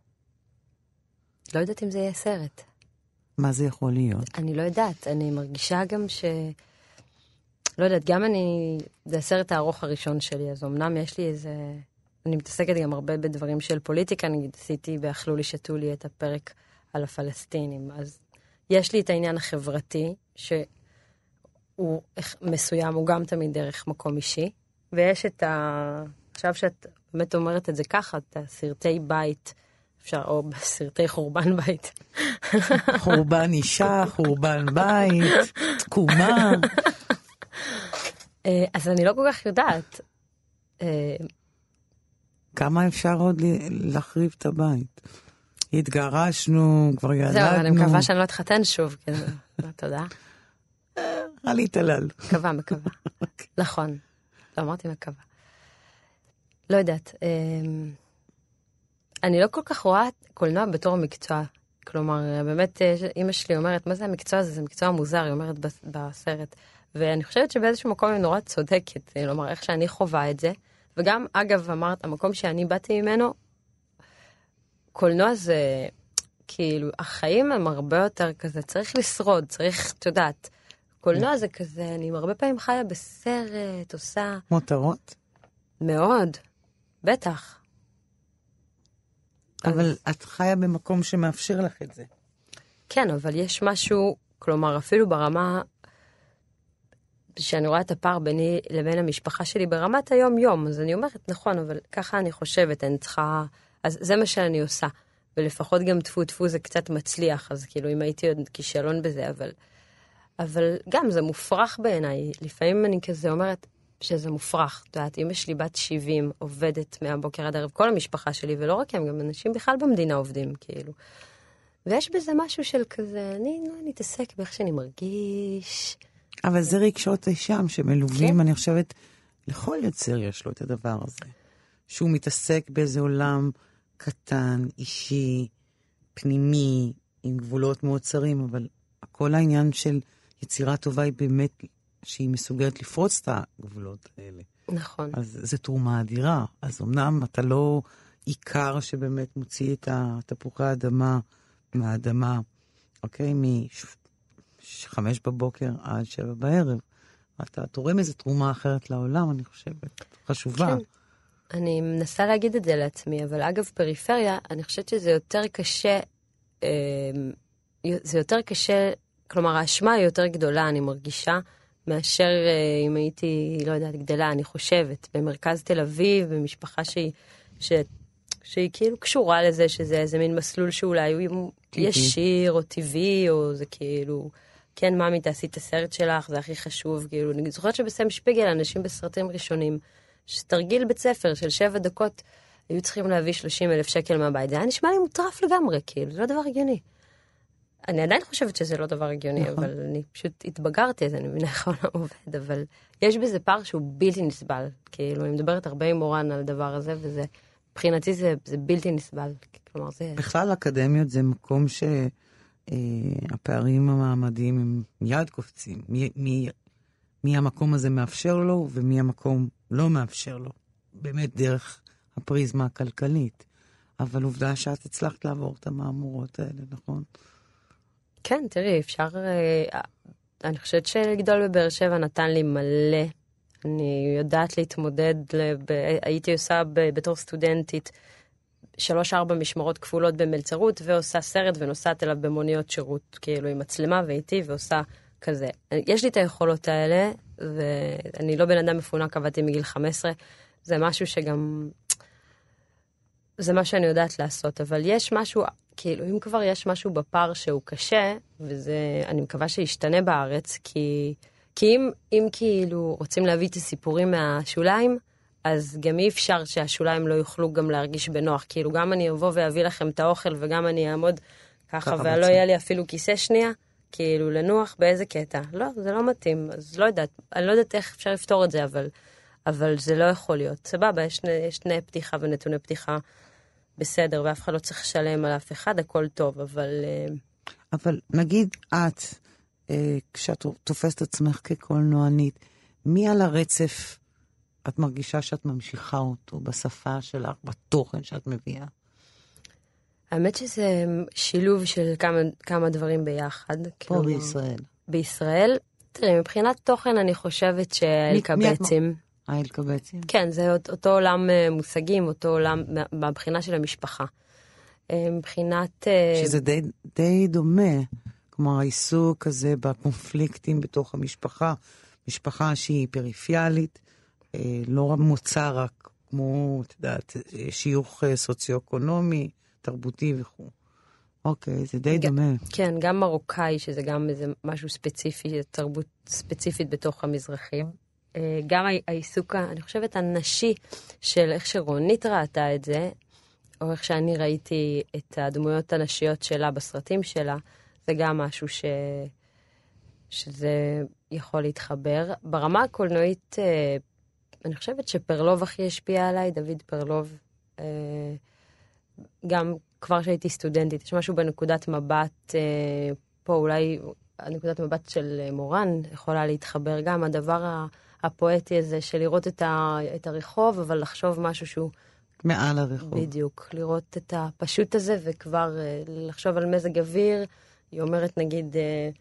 לא יודעת אם זה יהיה סרט. מה זה יכול להיות? אני לא יודעת, אני מרגישה גם ש... לא יודעת, גם אני... זה הסרט הארוך הראשון שלי, אז אמנם יש לי איזה... אני מתעסקת גם הרבה בדברים של פוליטיקה, נגיד עשיתי באכלו לי שתו לי את הפרק על הפלסטינים, אז יש לי את העניין החברתי, שהוא מסוים, הוא גם תמיד דרך מקום אישי, ויש את ה... עכשיו שאת באמת אומרת את זה ככה, את הסרטי בית, אפשר, או בסרטי חורבן בית. חורבן אישה, חורבן בית, תקומה. אז אני לא כל כך יודעת. כמה אפשר עוד להחריב את הבית? התגרשנו, כבר ילדנו. זהו, אני מקווה שאני לא אתחתן שוב. תודה. עלית הלל. מקווה, מקווה. נכון. לא אמרתי מקווה. לא יודעת. אני לא כל כך רואה קולנוע בתור מקצוע. כלומר, באמת, אמא שלי אומרת, מה זה המקצוע הזה? זה מקצוע מוזר, היא אומרת בסרט. ואני חושבת שבאיזשהו מקום היא נורא צודקת. כלומר, איך שאני חווה את זה. וגם, אגב, אמרת, המקום שאני באתי ממנו, קולנוע זה, כאילו, החיים הם הרבה יותר כזה, צריך לשרוד, צריך, את יודעת, קולנוע זה כזה, אני הרבה פעמים חיה בסרט, עושה... מותרות? מאוד, בטח. אבל אז... את חיה במקום שמאפשר לך את זה. כן, אבל יש משהו, כלומר, אפילו ברמה... שאני רואה את הפער ביני לבין המשפחה שלי ברמת היום-יום, אז אני אומרת, נכון, אבל ככה אני חושבת, אני צריכה, אז זה מה שאני עושה, ולפחות גם טפו-טפו זה קצת מצליח, אז כאילו אם הייתי עוד כישלון בזה, אבל, אבל גם זה מופרך בעיניי, לפעמים אני כזה אומרת שזה מופרך, את יודעת, אמא שלי בת שבעים, עובדת מהבוקר עד ערב, כל המשפחה שלי, ולא רק הם, גם אנשים בכלל במדינה עובדים, כאילו. ויש בזה משהו של כזה, אני לא נתעסק באיך שאני מרגיש... אבל זה רגשות שם שמלווים, אני חושבת, לכל יוצר יש לו את הדבר הזה. שהוא מתעסק באיזה עולם קטן, אישי, פנימי, עם גבולות מאוד צרים, אבל כל העניין של יצירה טובה היא באמת שהיא מסוגלת לפרוץ את הגבולות האלה. נכון. אז זו תרומה אדירה. אז אמנם אתה לא עיקר שבאמת מוציא את תפוחי האדמה מהאדמה, אוקיי? משפט. חמש בבוקר עד שבע בערב. אתה תורם איזו תרומה אחרת לעולם, אני חושבת, חשובה. כן. אני מנסה להגיד את זה לעצמי, אבל אגב פריפריה, אני חושבת שזה יותר קשה, אה, זה יותר קשה, כלומר האשמה היא יותר גדולה, אני מרגישה, מאשר אה, אם הייתי, לא יודעת, גדלה, אני חושבת, במרכז תל אביב, במשפחה שהיא, ש, שהיא כאילו קשורה לזה, שזה איזה מין מסלול שאולי הוא ישיר או טבעי, או זה כאילו... כן, ממי, תעשי את הסרט שלך, זה הכי חשוב, כאילו, אני זוכרת שבסם שפיגל, אנשים בסרטים ראשונים, שתרגיל בית ספר של שבע דקות, היו צריכים להביא שלושים אלף שקל מהבית, זה היה נשמע לי מוטרף לגמרי, כאילו, זה לא דבר הגיוני. אני עדיין חושבת שזה לא דבר הגיוני, אבל אני פשוט התבגרתי, אז אני מבינה איך העולם עובד, אבל יש בזה פער שהוא בלתי נסבל, כאילו, אני מדברת הרבה עם מורן על הדבר הזה, וזה, מבחינתי זה, זה בלתי נסבל, כלומר, זה... בכלל, אקדמיות זה מקום ש... הפערים המעמדיים הם מיד קופצים. מי, מי, מי המקום הזה מאפשר לו, ומי המקום לא מאפשר לו. באמת דרך הפריזמה הכלכלית. אבל עובדה שאת הצלחת לעבור את המאמורות האלה, נכון? כן, תראי, אפשר... אני חושבת שלגדול בבאר שבע נתן לי מלא. אני יודעת להתמודד, לב, הייתי עושה ב, בתור סטודנטית, שלוש ארבע משמרות כפולות במלצרות, ועושה סרט ונוסעת אליו במוניות שירות, כאילו עם מצלמה ואיתי, ועושה כזה. יש לי את היכולות האלה, ואני לא בן אדם מפונק, עבדתי מגיל חמש עשרה, זה משהו שגם, זה מה שאני יודעת לעשות, אבל יש משהו, כאילו, אם כבר יש משהו בפער שהוא קשה, וזה, אני מקווה שישתנה בארץ, כי, כי אם, אם כאילו רוצים להביא את הסיפורים מהשוליים, אז גם אי אפשר שהשוליים לא יוכלו גם להרגיש בנוח. כאילו, גם אני אבוא ואביא לכם את האוכל, וגם אני אעמוד ככה, ולא יהיה לי אפילו כיסא שנייה, כאילו, לנוח באיזה קטע. לא, זה לא מתאים. אז לא יודעת, אני לא יודעת איך אפשר לפתור את זה, אבל, אבל זה לא יכול להיות. סבבה, יש, יש תנאי פתיחה ונתוני פתיחה בסדר, ואף אחד לא צריך לשלם על אף אחד, הכל טוב, אבל... אבל נגיד את, כשאת תופסת עצמך כקולנוענית, מי על הרצף את מרגישה שאת ממשיכה אותו בשפה שלך, בתוכן שאת מביאה? האמת שזה שילוב של כמה, כמה דברים ביחד. פה כאילו, בישראל. בישראל, תראי, מבחינת תוכן אני חושבת שהאלקבצים... האלקבצים? כן, זה אותו עולם מושגים, אותו עולם מהבחינה של המשפחה. מבחינת... שזה די, די דומה, כמו העיסוק הזה בקונפליקטים בתוך המשפחה, משפחה שהיא פריפיאלית, לא מוצא רק כמו, את יודעת, שיוך סוציו-אקונומי, תרבותי וכו'. אוקיי, זה די דומה. כן, גם מרוקאי, שזה גם איזה משהו ספציפי, תרבות ספציפית בתוך המזרחים. גם העיסוק, אני חושבת, הנשי של איך שרונית ראתה את זה, או איך שאני ראיתי את הדמויות הנשיות שלה בסרטים שלה, זה גם משהו ש... שזה יכול להתחבר. ברמה הקולנועית, אני חושבת שפרלוב הכי השפיע עליי, דוד פרלוב, גם כבר שהייתי סטודנטית, יש משהו בנקודת מבט, פה אולי הנקודת מבט של מורן יכולה להתחבר גם, הדבר הפואטי הזה של לראות את, ה, את הרחוב, אבל לחשוב משהו שהוא... מעל הרחוב. בדיוק, לראות את הפשוט הזה וכבר לחשוב על מזג אוויר. היא אומרת נגיד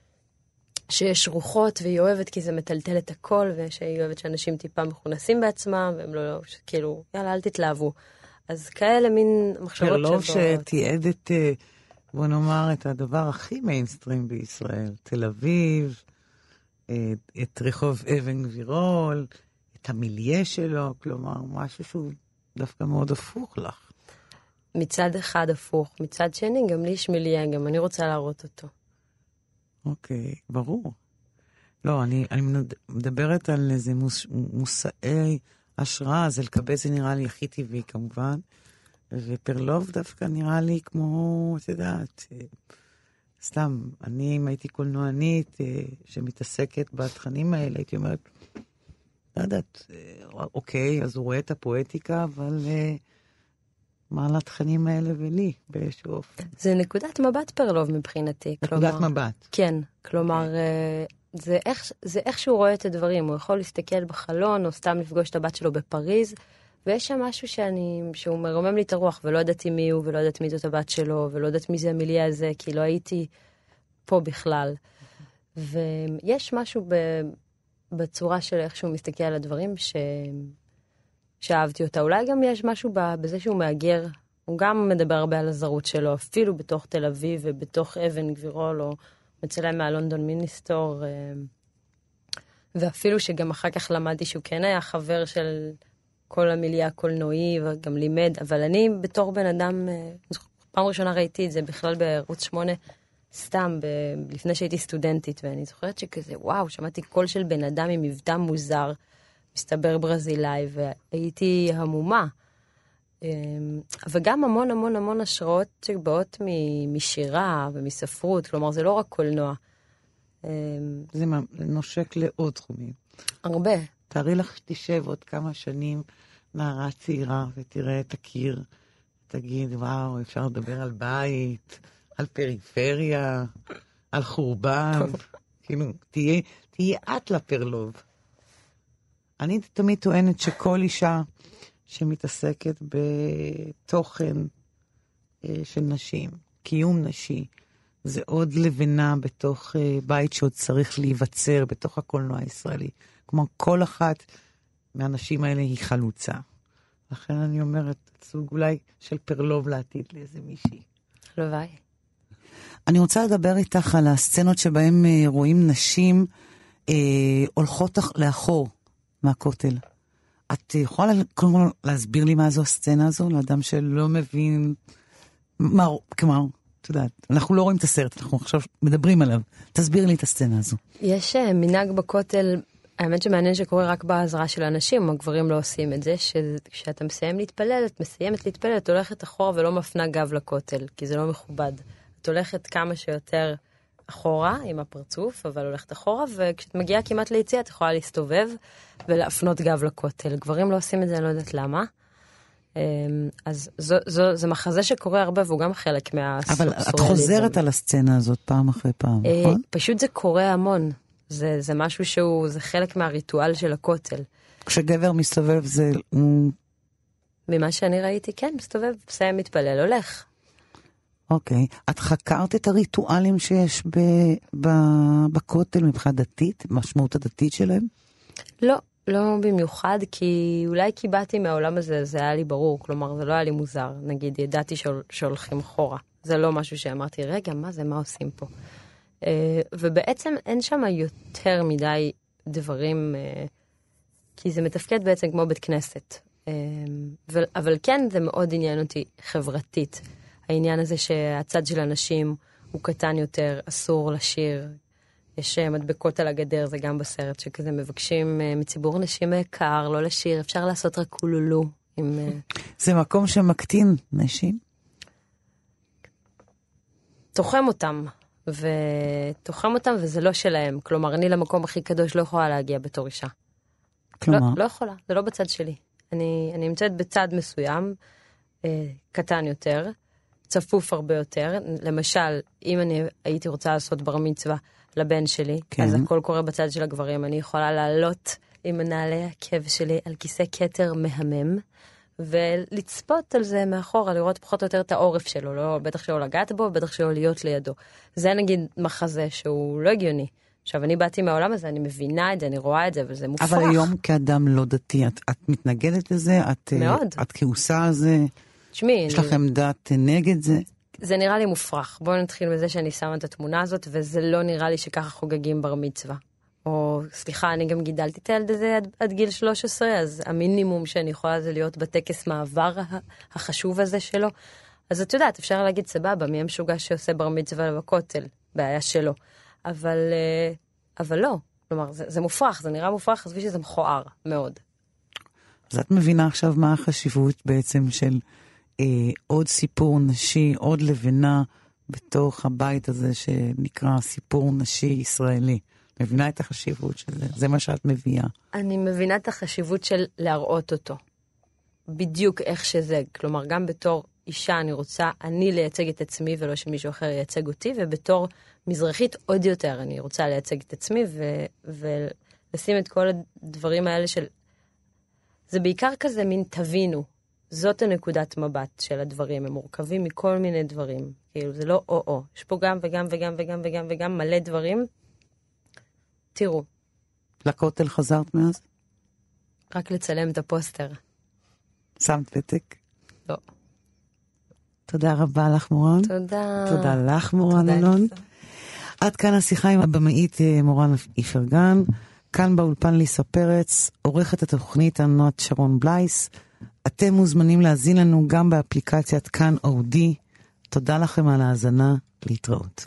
שיש רוחות והיא אוהבת כי זה מטלטל את הכל, ושהיא אוהבת שאנשים טיפה מכונסים בעצמם, והם לא, לא כאילו, יאללה, אל תתלהבו. אז כאלה מין מחשבות פרלוב שתיעד את, בוא נאמר, את הדבר הכי מיינסטרים בישראל, תל אביב, את, את רחוב אבן גבירול, את המיליה שלו, כלומר, משהו שהוא דווקא מאוד הפוך לך. מצד אחד הפוך, מצד שני גם לי יש מיליה, גם אני רוצה להראות אותו. אוקיי, ברור. לא, אני, אני מדברת על איזה מוס, מושאי השראה, אז אלקבץ זה נראה לי הכי טבעי כמובן, ופרלוב דווקא נראה לי כמו, את יודעת, סתם, אני אם הייתי קולנוענית שמתעסקת בתכנים האלה, הייתי אומרת, לא יודעת, אוקיי, אז הוא רואה את הפואטיקה, אבל מה על התכנים האלה ולי באיזשהו אופן? זה נקודת מבט פרלוב מבחינתי. נקודת כלומר, מבט. כן, כלומר, זה איך, זה איך שהוא רואה את הדברים, הוא יכול להסתכל בחלון, או סתם לפגוש את הבת שלו בפריז, ויש שם משהו שאני, שהוא מרומם לי את הרוח, ולא ידעתי מי הוא, ולא ידעתי מי זאת הבת שלו, ולא ידעת מי זה המיליה הזה, כי לא הייתי פה בכלל. ויש משהו ב... בצורה של איך שהוא מסתכל על הדברים ש... שאהבתי אותה. אולי גם יש משהו בזה שהוא מאגר. הוא גם מדבר הרבה על הזרות שלו, אפילו בתוך תל אביב ובתוך אבן גבירול, או מצלם מהלונדון מיניסטור. ואפילו שגם אחר כך למדתי שהוא כן היה חבר של כל המיליה הקולנועי, וגם לימד. אבל אני בתור בן אדם, פעם ראשונה ראיתי את זה בכלל בערוץ שמונה, סתם, ב- לפני שהייתי סטודנטית, ואני זוכרת שכזה, וואו, שמעתי קול של בן אדם עם מבטא מוזר, מסתבר ברזילאי, והייתי המומה. וגם המון המון המון השראות שבאות מ- משירה ומספרות, כלומר, זה לא רק קולנוע. זה נושק לעוד תחומים. הרבה. תארי לך שתשב עוד כמה שנים נערה צעירה, ותראה את הקיר, תגיד, וואו, אפשר לדבר על בית, על פריפריה, על חורבן, כאילו, תהיה, תהיה את לפרלוב. אני תמיד טוענת שכל אישה שמתעסקת בתוכן של נשים, קיום נשי, זה עוד לבנה בתוך בית שעוד צריך להיווצר בתוך הקולנוע הישראלי. כמו כל אחת מהנשים האלה היא חלוצה. לכן אני אומרת, סוג אולי של פרלוב לעתיד לאיזה מישהי. לוואי. אני רוצה לדבר איתך על הסצנות שבהם אה, רואים נשים אה, הולכות לאחור מהכותל. את יכולה קודם כל להסביר לי מה זו הסצנה הזו, לאדם שלא מבין, מה, כלומר, את יודעת, אנחנו לא רואים את הסרט, אנחנו עכשיו מדברים עליו. תסביר לי את הסצנה הזו. יש uh, מנהג בכותל, האמת שמעניין שקורה רק בעזרה של אנשים, הגברים לא עושים את זה, שכשאתה מסיים להתפלל, את מסיימת להתפלל, את הולכת אחורה ולא מפנה גב לכותל, כי זה לא מכובד. את הולכת כמה שיותר אחורה עם הפרצוף, אבל הולכת אחורה, וכשאת מגיעה כמעט ליציאה, את יכולה להסתובב ולהפנות גב לכותל. גברים לא עושים את זה, אני לא יודעת למה. אז זו, זו, זה מחזה שקורה הרבה, והוא גם חלק מהסוריאליזם. אבל את חוזרת על הסצנה הזאת פעם אחרי פעם, נכון? פשוט זה קורה המון. זה, זה משהו שהוא, זה חלק מהריטואל של הכותל. כשגבר מסתובב זה... ממה שאני ראיתי, כן, מסתובב, מסיים, מתפלל, הולך. אוקיי. את חקרת את הריטואלים שיש ב, ב, בכותל מבחינה דתית, משמעות הדתית שלהם? לא, לא במיוחד, כי אולי כי באתי מהעולם הזה, זה היה לי ברור, כלומר, זה לא היה לי מוזר. נגיד, ידעתי שהול, שהולכים אחורה. זה לא משהו שאמרתי, רגע, מה זה, מה עושים פה? Uh, ובעצם אין שם יותר מדי דברים, uh, כי זה מתפקד בעצם כמו בית כנסת. Uh, אבל, אבל כן, זה מאוד עניין אותי חברתית. העניין הזה שהצד של אנשים הוא קטן יותר, אסור לשיר. יש מדבקות על הגדר, זה גם בסרט, שכזה מבקשים uh, מציבור נשים יקר, לא לשיר, אפשר לעשות רק קולולו. עם, uh... זה מקום שמקטין נשים? תוחם אותם. ותוחם אותם, וזה לא שלהם. כלומר, אני למקום הכי קדוש לא יכולה להגיע בתור אישה. כלומר? לא, לא יכולה, זה לא בצד שלי. אני, אני נמצאת בצד מסוים, אה, קטן יותר, צפוף הרבה יותר. למשל, אם אני הייתי רוצה לעשות בר מצווה לבן שלי, כן. אז הכל קורה בצד של הגברים. אני יכולה לעלות עם מנהלי עקב שלי על כיסא כתר מהמם, ולצפות על זה מאחורה, לראות פחות או יותר את העורף שלו, לא, בטח שלא לגעת בו, בטח שלא להיות לידו. זה נגיד מחזה שהוא לא הגיוני. עכשיו, אני באתי מהעולם הזה, אני מבינה את זה, אני רואה את זה, וזה מופרך. אבל היום כאדם לא דתי, את, את מתנגדת לזה? את, מאוד. את כעוסה על זה? תשמעי, יש אני... לכם דת נגד זה? זה נראה לי מופרך. בואו נתחיל מזה שאני שמה את התמונה הזאת, וזה לא נראה לי שככה חוגגים בר מצווה. או, סליחה, אני גם גידלתי את הילד הזה עד, עד גיל שלוש עשרה, אז המינימום שאני יכולה זה להיות בטקס מעבר החשוב הזה שלו. אז את יודעת, אפשר להגיד סבבה, מי המשוגע שעושה בר מצווה בכותל, בעיה שלו. אבל, אבל לא. כלומר, זה, זה מופרך, זה נראה מופרך, אז שזה מכוער מאוד. אז את מבינה עכשיו מה החשיבות בעצם של אה, עוד סיפור נשי, עוד לבנה בתוך הבית הזה שנקרא סיפור נשי ישראלי. מבינה את החשיבות של זה, זה מה שאת מביאה. אני מבינה את החשיבות של להראות אותו. בדיוק איך שזה, כלומר גם בתור אישה אני רוצה אני לייצג את עצמי ולא שמישהו אחר ייצג אותי, ובתור מזרחית עוד יותר אני רוצה לייצג את עצמי ו- ולשים את כל הדברים האלה של... זה בעיקר כזה מין תבינו, זאת הנקודת מבט של הדברים, הם מורכבים מכל מיני דברים, כאילו זה לא או-או, יש פה גם וגם וגם וגם וגם וגם מלא דברים, תראו. לכותל חזרת מאז? רק לצלם את הפוסטר. שמת פתק? לא. תודה רבה לך מורן. תודה. תודה לך מורן אלון. עד כאן השיחה עם הבמאית מורן איפרגן. כאן באולפן ליסה פרץ, עורכת התוכנית נועת שרון בלייס. אתם מוזמנים להזין לנו גם באפליקציית כאן אודי. תודה לכם על ההאזנה, להתראות.